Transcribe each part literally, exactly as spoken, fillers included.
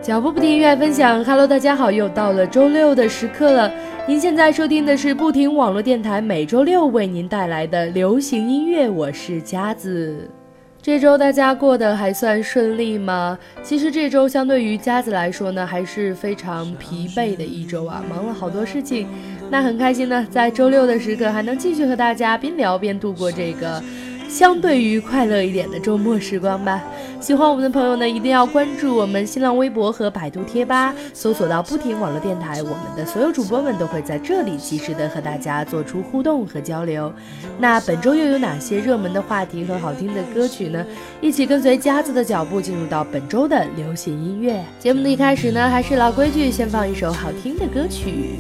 脚步不停，热爱分享。Hello， 大家好，又到了周六的时刻了。您现在收听的是不停网络电台，每周六为您带来的流行音乐，我是佳子。这周大家过得还算顺利吗？其实这周相对于佳子来说呢，还是非常疲惫的一周啊，忙了好多事情。那很开心呢，在周六的时刻还能继续和大家边聊边度过这个相对于快乐一点的周末时光吧。喜欢我们的朋友呢，一定要关注我们新浪微博和百度贴吧，搜索到不停网络电台，我们的所有主播们都会在这里及时的和大家做出互动和交流。那本周又有哪些热门的话题和好听的歌曲呢？一起跟随佳子的脚步进入到本周的流行音乐节目的一开始呢，还是老规矩，先放一首好听的歌曲。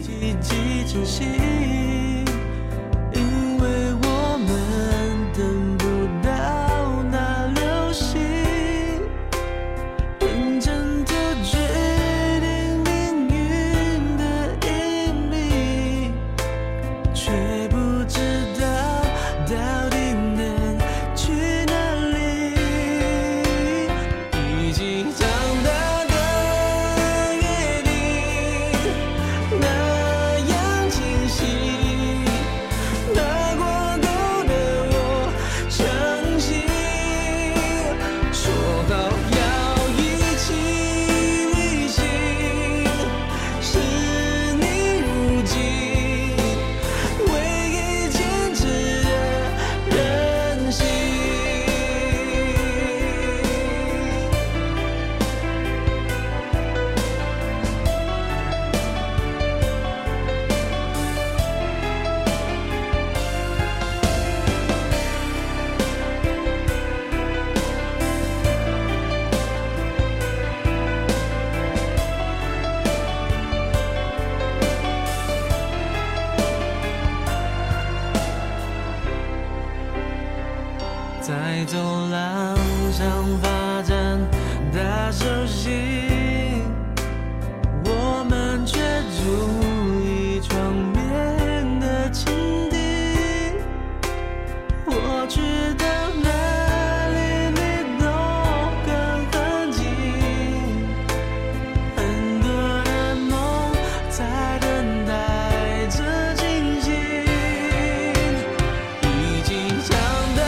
在走廊上发展大手心，我们却住一床边的蜻蜓。我去到哪里你都跟很近，很多的梦在等待着惊醒，已经长大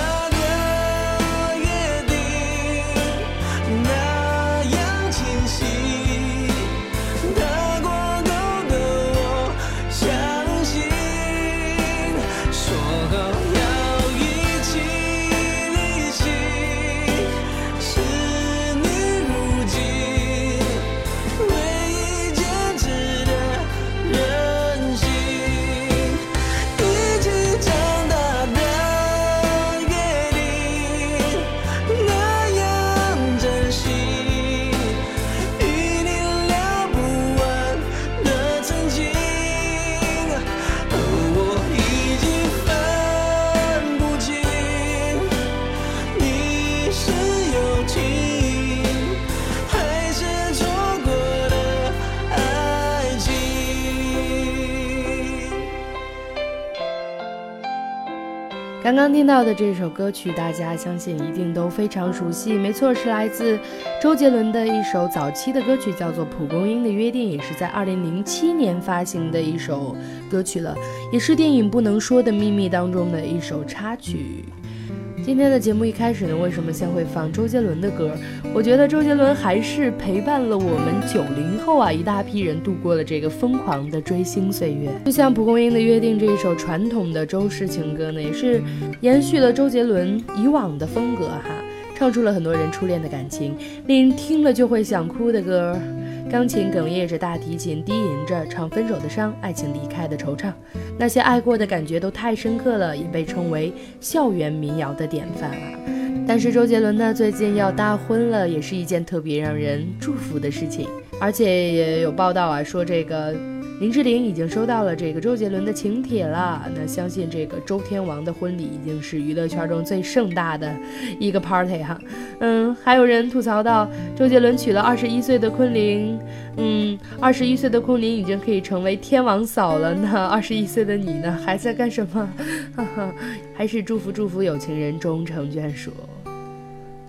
刚刚听到的这首歌曲，大家相信一定都非常熟悉，没错，是来自周杰伦的一首早期的歌曲，叫做《蒲公英的约定》，也是在二零零七年发行的一首歌曲了，也是电影《不能说的秘密》当中的一首插曲。今天的节目一开始呢，为什么先会放周杰伦的歌？我觉得周杰伦还是陪伴了我们九零后啊一大批人度过了这个疯狂的追星岁月。就像《蒲公英的约定》这一首传统的周氏情歌呢，也是延续了周杰伦以往的风格哈，唱出了很多人初恋的感情，令人听了就会想哭的歌。钢琴哽咽着，大提琴低吟着，唱分手的伤，爱情离开的惆怅，那些爱过的感觉都太深刻了，也被称为校园民谣的典范啊。但是周杰伦呢，最近要大婚了，也是一件特别让人祝福的事情。而且也有报道啊，说这个林志玲已经收到了这个周杰伦的请帖了。那相信这个周天王的婚礼已经是娱乐圈中最盛大的一个 party 哈。嗯，还有人吐槽到周杰伦娶了二十一岁的昆凌，嗯，二十一岁的昆凌已经可以成为天王嫂了，那二十一岁的你呢，还在干什么？哈哈，还是祝福祝福有情人终成眷属。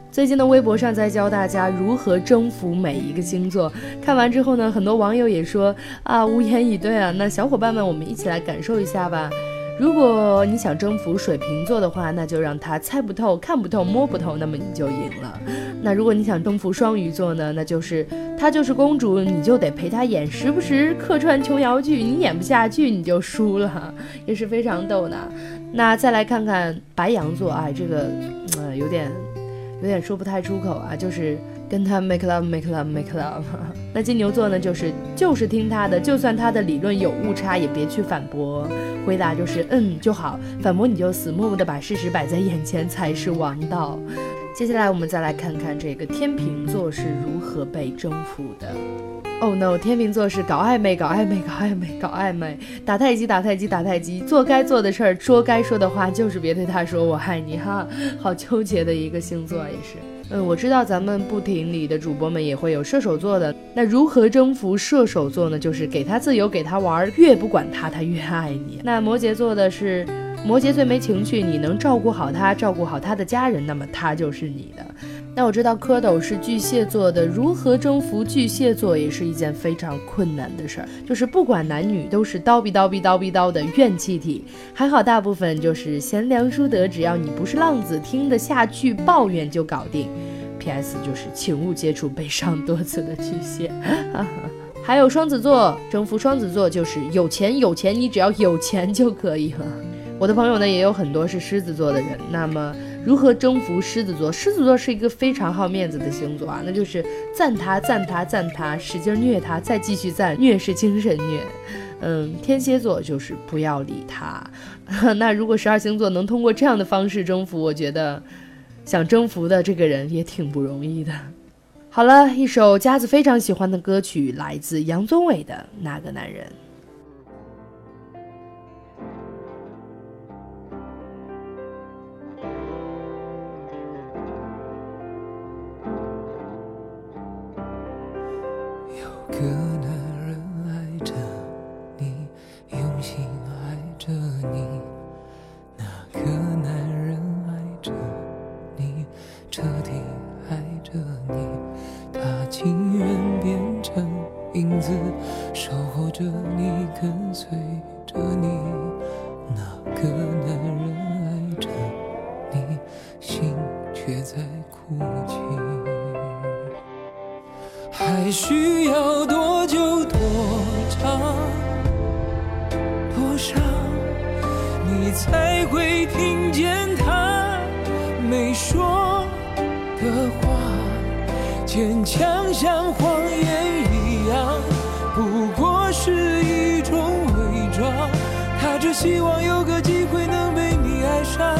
最近的微博上在教大家如何征服每一个星座，看完之后呢，很多网友也说啊，无言以对啊。那小伙伴们，我们一起来感受一下吧。如果你想征服水瓶座的话，那就让他猜不透、看不透、摸不透，那么你就赢了。那如果你想征服双鱼座呢，那就是她就是公主，你就得陪她演，时不时客串琼瑶剧，你演不下去你就输了，也是非常逗的。那再来看看白羊座，哎，这个呃有点有点说不太出口啊，就是跟他 make love make love make love。 那金牛座呢，就是就是听他的，就算他的理论有误差也别去反驳，回答就是嗯就好，反驳你就死，默默的把事实摆在眼前才是王道。接下来我们再来看看这个天秤座是如何被征服的。Oh no， 天秤座是搞暧昧搞暧昧搞暧昧搞暧昧，打太极打太极打太极，做该做的事儿，说该说的话，就是别对他说我爱你哈，好纠结的一个星座也是。嗯，我知道咱们不停里的主播们也会有射手座的，那如何征服射手座呢？就是给他自由，给他玩，越不管他，他越爱你。那摩羯座的是，摩羯最没情绪，你能照顾好他，照顾好他的家人，那么他就是你的。那我知道蝌蚪是巨蟹座的，如何征服巨蟹座也是一件非常困难的事儿，就是不管男女都是叨逼叨逼叨逼叨的怨气体，还好大部分就是贤良淑德，只要你不是浪子，听得下去，抱怨就搞定。 P S 就是请勿接触悲伤多次的巨蟹。还有双子座，征服双子座就是有钱有钱，你只要有钱就可以了。我的朋友呢也有很多是狮子座的人，那么如何征服狮子座？狮子座是一个非常好面子的星座啊，那就是赞他赞他赞他，使劲虐他，再继续赞，虐是精神虐。嗯，天蝎座就是不要理他。那如果十二星座能通过这样的方式征服，我觉得想征服的这个人也挺不容易的。好了，一首佳子非常喜欢的歌曲，来自杨宗纬的《那个男人》。 有个男人爱着你，用心爱着你，那个男人爱着你，彻底爱着你，他情愿变成影子，守候着你，跟随着你，那个男人爱着你，心却在哭泣。还需要多久多长多少，你才会听见他没说的话？坚强像谎言一样，不过是一种伪装，他只希望有个机会能被你爱上。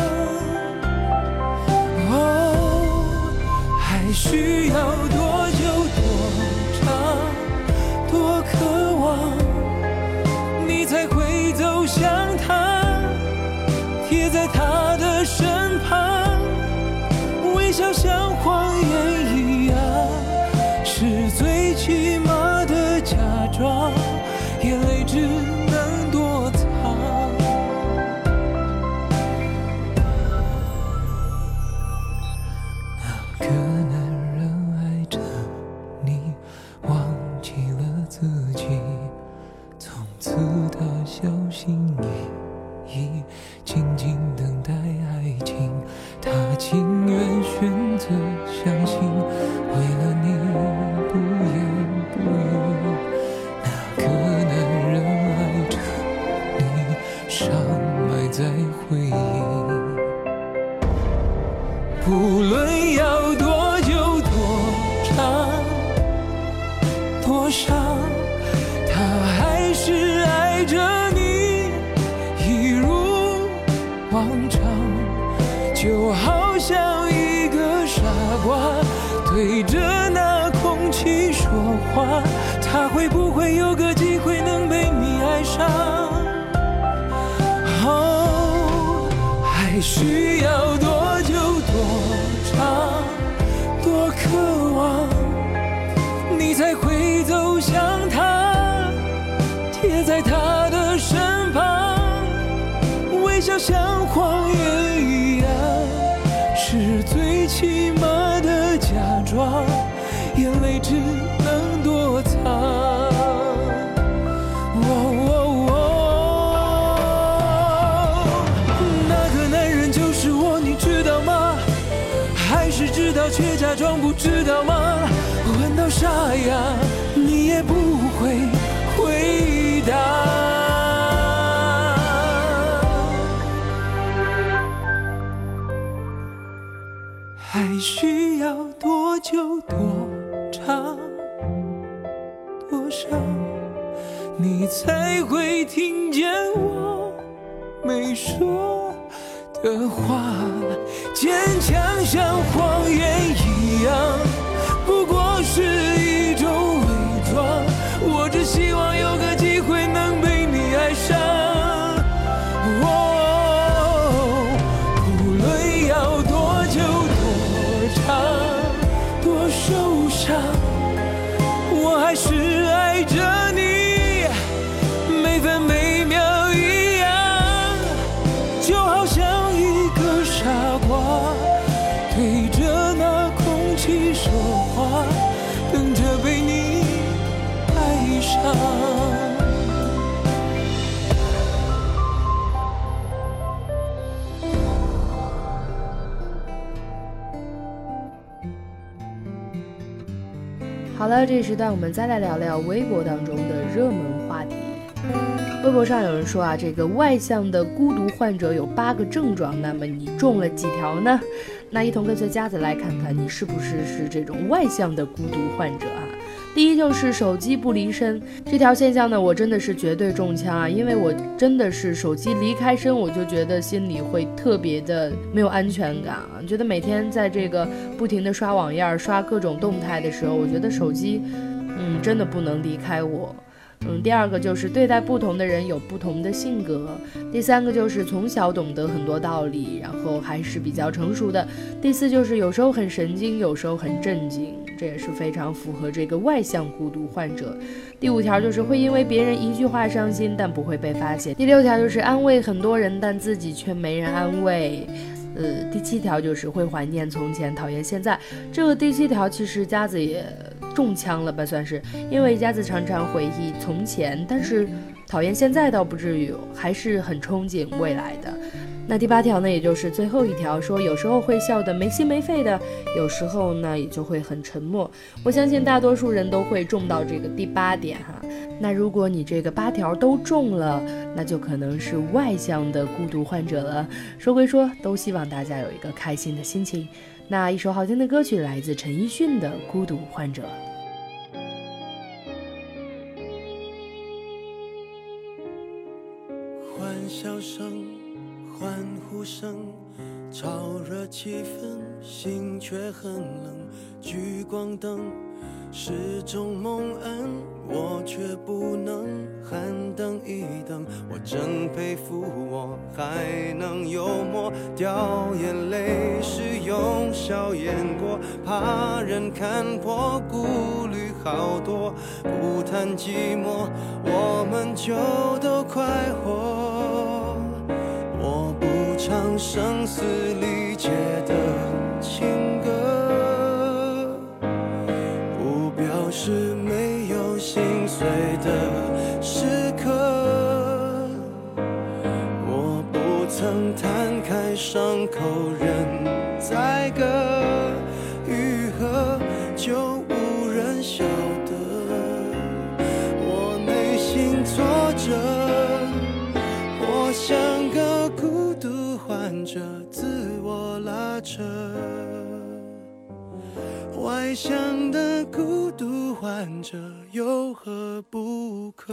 哦，还需要多久多长多渴望，你才会走向他，贴在他的身旁，微笑像谎言一样，是最起码的假装，眼泪只能躲藏。那个男人爱着你，忘记了自己，从此他小心翼翼，静静等待爱情，他情愿选择相信，为了你不言不语。那个男人爱着你，伤埋在回忆，不论要多久多长多少，他还是爱着你，一如往常，就好像一个傻瓜对着那空气说话，他会不会有个机会能被你爱上？哦，还需要多久多长多渴望，你才会走向他，贴在他的身旁，微笑像谎言一样，是最起码的装，眼泪只能躲藏。哦哦哦，那个男人就是我，你知道吗？还是知道却假装不知道吗？问到沙哑，你也不会回答。还需要多久多长多少，你才会听见我没说的话？坚强像谎言一样，不过是一种伪装。我只希望有个机会能被你爱上。哦，无论要多久多长多受伤，我还是爱着你，每分每秒一样，就好像一个傻瓜对着那空气说话，等着被你爱上。 好了，这时段我们再来聊聊微博当中的热门话题。微博上有人说啊，这个外向的孤独患者有八个症状，那么你中了几条呢？那一同跟随佳子来看看你是不是是这种外向的孤独患者啊。第一就是手机不离身，这条现象呢，我真的是绝对中枪啊！因为我真的是手机离开身，我就觉得心里会特别的没有安全感啊，觉得每天在这个不停的刷网页、刷各种动态的时候，我觉得手机，嗯，真的不能离开我。嗯，第二个就是对待不同的人有不同的性格。第三个就是从小懂得很多道理，然后还是比较成熟的。第四就是有时候很神经，有时候很震惊，这也是非常符合这个外向孤独患者。第五条就是会因为别人一句话伤心，但不会被发现。第六条就是安慰很多人，但自己却没人安慰。呃，第七条就是会怀念从前，讨厌现在。这个第七条其实佳子也中枪了吧，算是，因为佳子常常回忆从前，但是讨厌现在倒不至于，还是很憧憬未来的。那第八条呢，也就是最后一条，说有时候会笑得没心没肺的，有时候呢也就会很沉默。我相信大多数人都会中到这个第八点哈。那如果你这个八条都中了，那就可能是外向的孤独患者了。说归说，都希望大家有一个开心的心情。那一首好听的歌曲来自陈奕迅的《孤独患者》。 欢笑声，欢呼声，炒热气氛，心却很冷。聚光灯是种蒙恩，我却不能喊等一等。我真佩服我还能幽默，掉眼泪是用笑掩过，怕人看破，顾虑好多。不谈寂寞，我们就都快活。我不唱声嘶力竭的情歌，不表示没有心碎的时刻。我不曾摊开伤口任宰割，愈合就无人晓得。我内心挫折，我像个孤独患者，自我拉扯。外向的孤独患者有何不可？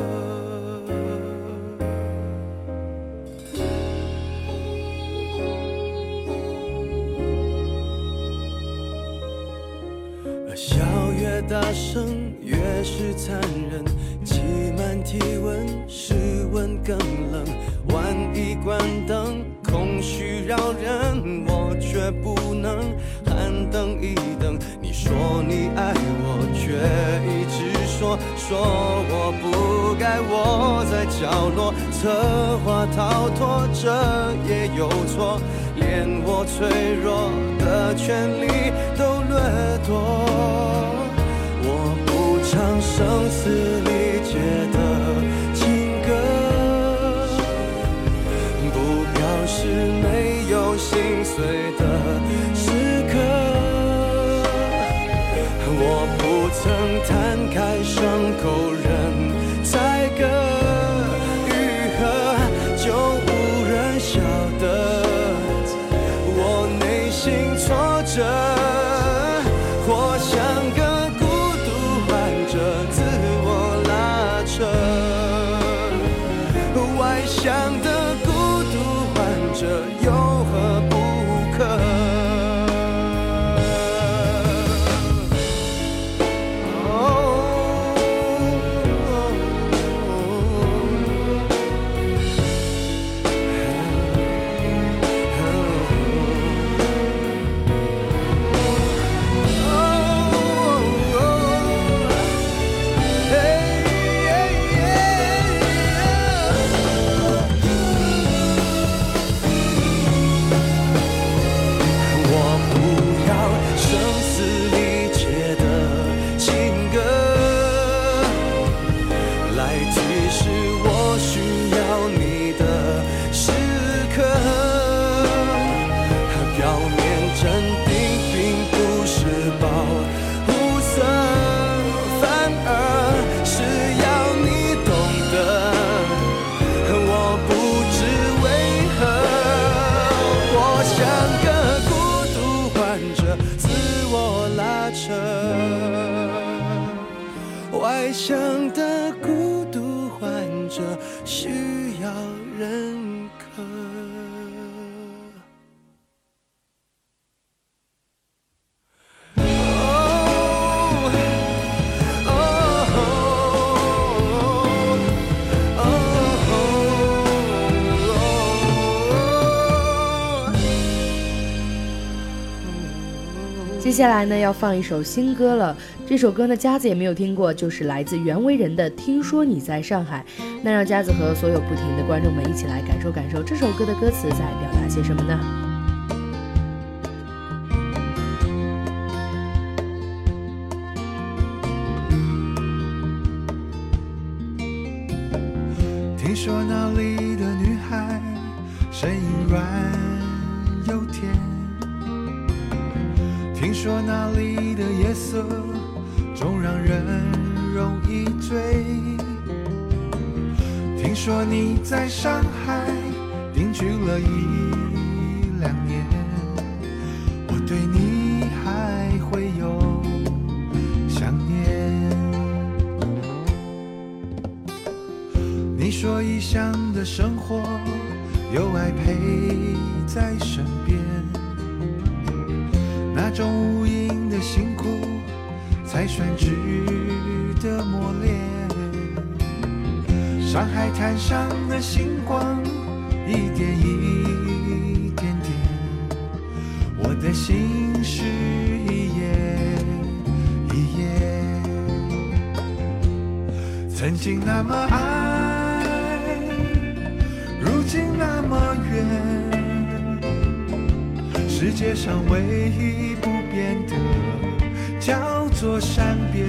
笑越大声越是残忍，挤满体温，室温更冷。万一关灯，空虚扰人，我却不能喊等一等。你说你爱我，却一直说说，说我不该窝在角落，策划逃脱，这也有错，连我脆弱的权利都掠夺。我不唱声嘶力竭的情歌，不表示没有心碎的时刻。我不曾摊开伤口任宰割，愈合就无人晓得我内心挫折，活像个孤独患者，自我拉扯，外向的孤独患者有何不可？外向的孤独患者需要认可。 接下来呢，要放一首新歌了。这首歌呢，佳子也没有听过，就是来自袁惟仁的《听说你在上海》。那让佳子和所有不停的观众们一起来感受感受这首歌的歌词在表达些什么呢？ 听说那里的女孩声音软又甜，听说那里的夜色总让人容易醉，听说你在上海定居了一两年，我对你还会有想念。你说异乡的生活有爱陪在身边，那种无垠的辛苦才算值得磨练。上海滩上的星光一点一点点，我的心是一页一页。曾经那么爱，如今那么远，世界上唯一不变的叫做善变。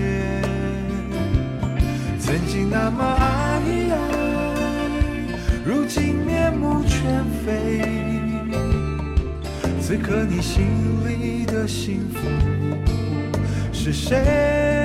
曾经那么爱爱，如今面目全非。此刻你心里的幸福是谁？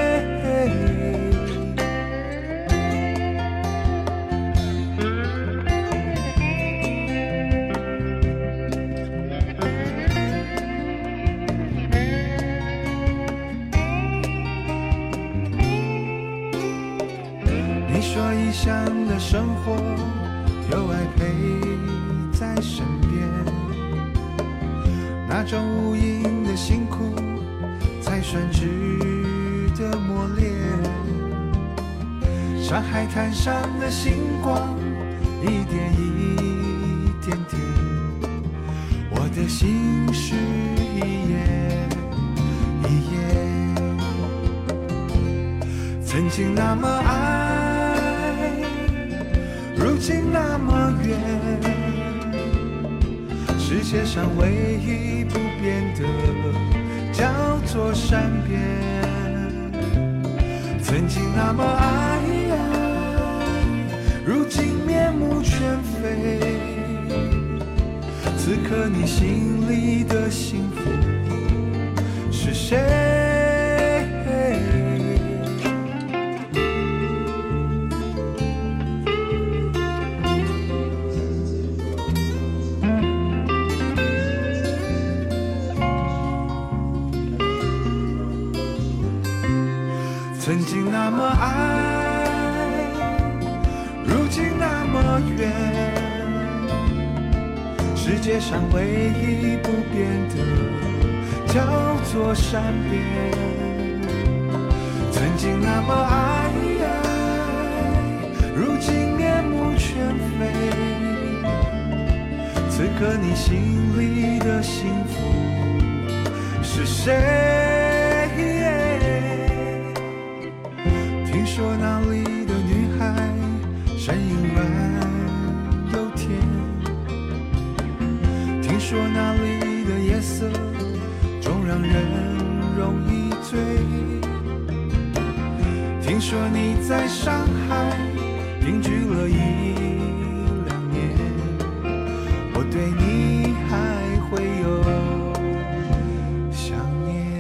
异乡的生活有爱陪在身边，那种无垠的辛苦才算值得磨练。上海滩上的星光一点一点点，我的心是一页一页。曾经经那么爱，如今那么远，世界上唯一不变的叫做善变。曾经那么爱，如今面目全非，此刻你心里的幸福是谁？曾经那么爱，如今那么远，世界上唯一不变的叫做善变。曾经那么爱，如今面目全非，此刻你心里的幸福是谁？听说那里的女孩声音软又甜，听说那里的夜色总让人容易醉，听说你在上海定居了一两年，我对你还会有想念。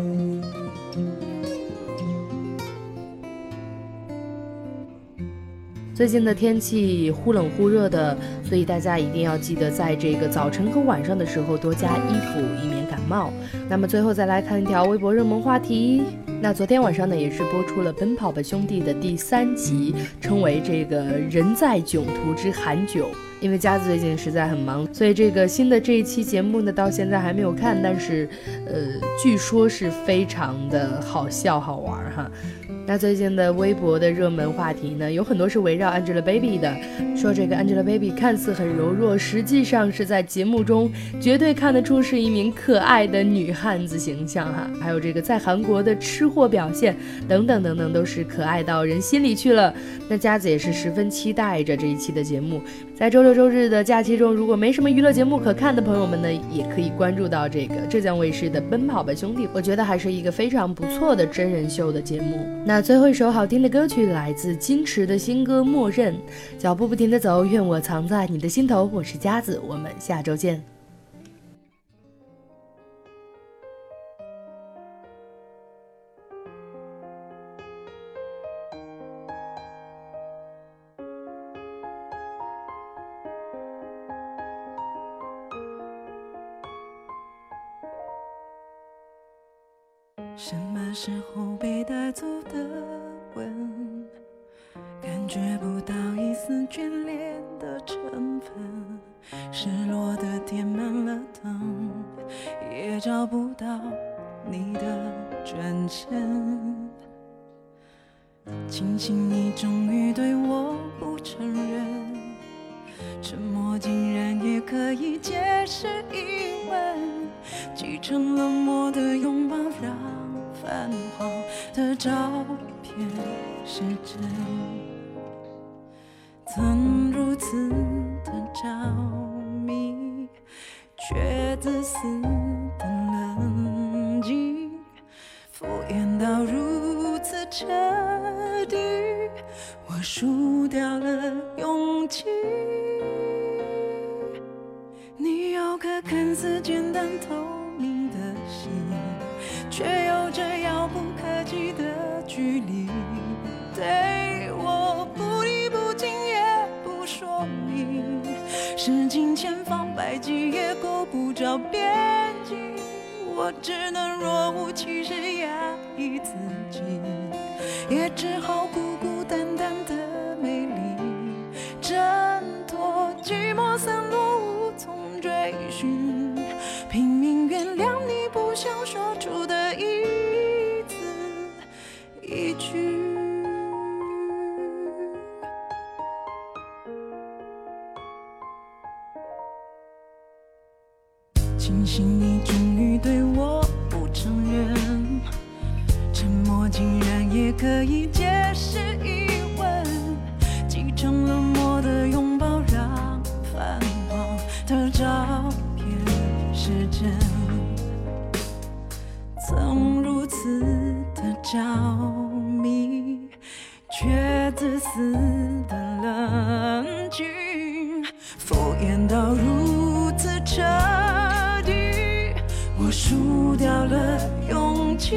最近的天气忽冷忽热的，所以大家一定要记得在这个早晨和晚上的时候多加衣服，以免感冒。那么最后再来看一条微博热门话题，那昨天晚上呢也是播出了《奔跑吧兄弟》的第三集，称为这个人在囧途之韩囧。因为佳子最近实在很忙，所以这个新的这一期节目呢到现在还没有看，但是呃据说是非常的好笑好玩哈。那最近的微博的热门话题呢，有很多是围绕 Angelababy 的，说这个 Angelababy 看似很柔弱，实际上是在节目中绝对看得出是一名可爱的女汉子形象哈。还有这个在韩国的吃货表现等等等等，都是可爱到人心里去了。那佳子也是十分期待着这一期的节目。在周六周日的假期中，如果没什么娱乐节目可看的朋友们呢，也可以关注到这个浙江卫视的《奔跑吧兄弟》，我觉得还是一个非常不错的真人秀的节目。那最后一首好听的歌曲来自金池的新歌《默认》，脚步不停地走，愿我藏在你的心头。我是佳子，我们下周见。 什么时候被带走的吻，感觉不到一丝眷恋的成分，失落的填满了灯，也找不到你的转身。庆幸你终于对我不承认，沉默竟然也可以解释疑问，继承冷漠的拥抱让泛黄的照片是真，曾如此的着迷，却自私的冷静，敷衍到如此彻底，我输掉了勇气。你有颗看似简单透明的心，却有着遥不可及的距离，对我不离不弃也不说明，使尽千方百计也够不着边际，我只能若无其事压抑自己，也只好孤孤单单的美丽，挣脱寂寞散落无从追寻，拼命原谅你不想说出的一字一句。庆幸你终于对我不承认，沉默竟然也可以解是疑问，继承冷漠的拥抱让泛黄的照片是真，曾如此的着迷，却自私的冷静，敷衍到如此彻底，我输掉了勇气。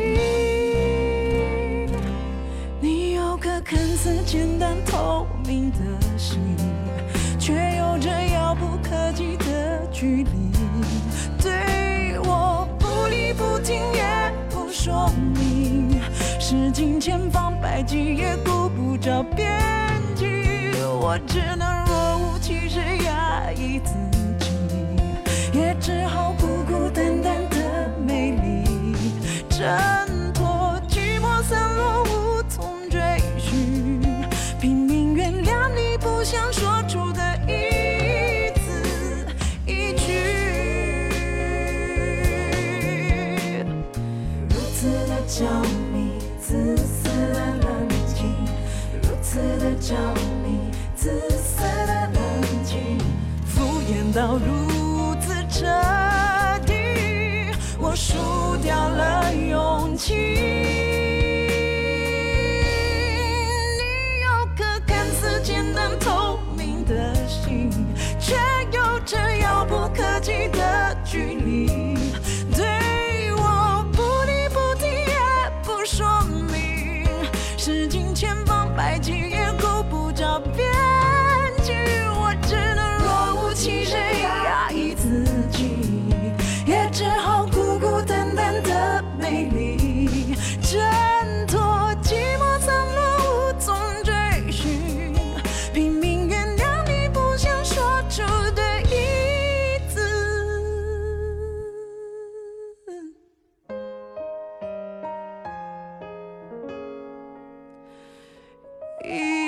你有颗看似简单透明的心，却有着遥不可及的距离，对我不理不听也不说明，使尽千方百计也顾不着边际，我只能若无其事压抑自己，也只好孤孤单单的美丽，挣脱寂寞散落无从追寻，拼命原谅你不想说出的一字一句，如此的着迷，自私的冷静，如此的着迷，自私的冷静，敷衍到如此彻底，我输掉了勇气。你有颗看似简单透明的心，却有着遥不可及的距离，对我不理不听也不说明，使尽千方百计也够不着边际，我只能若无其事压抑自己，也只好孤孤单单的美丽，挣脱寂寞散落无从追寻，拼命原谅你不想说出的一字一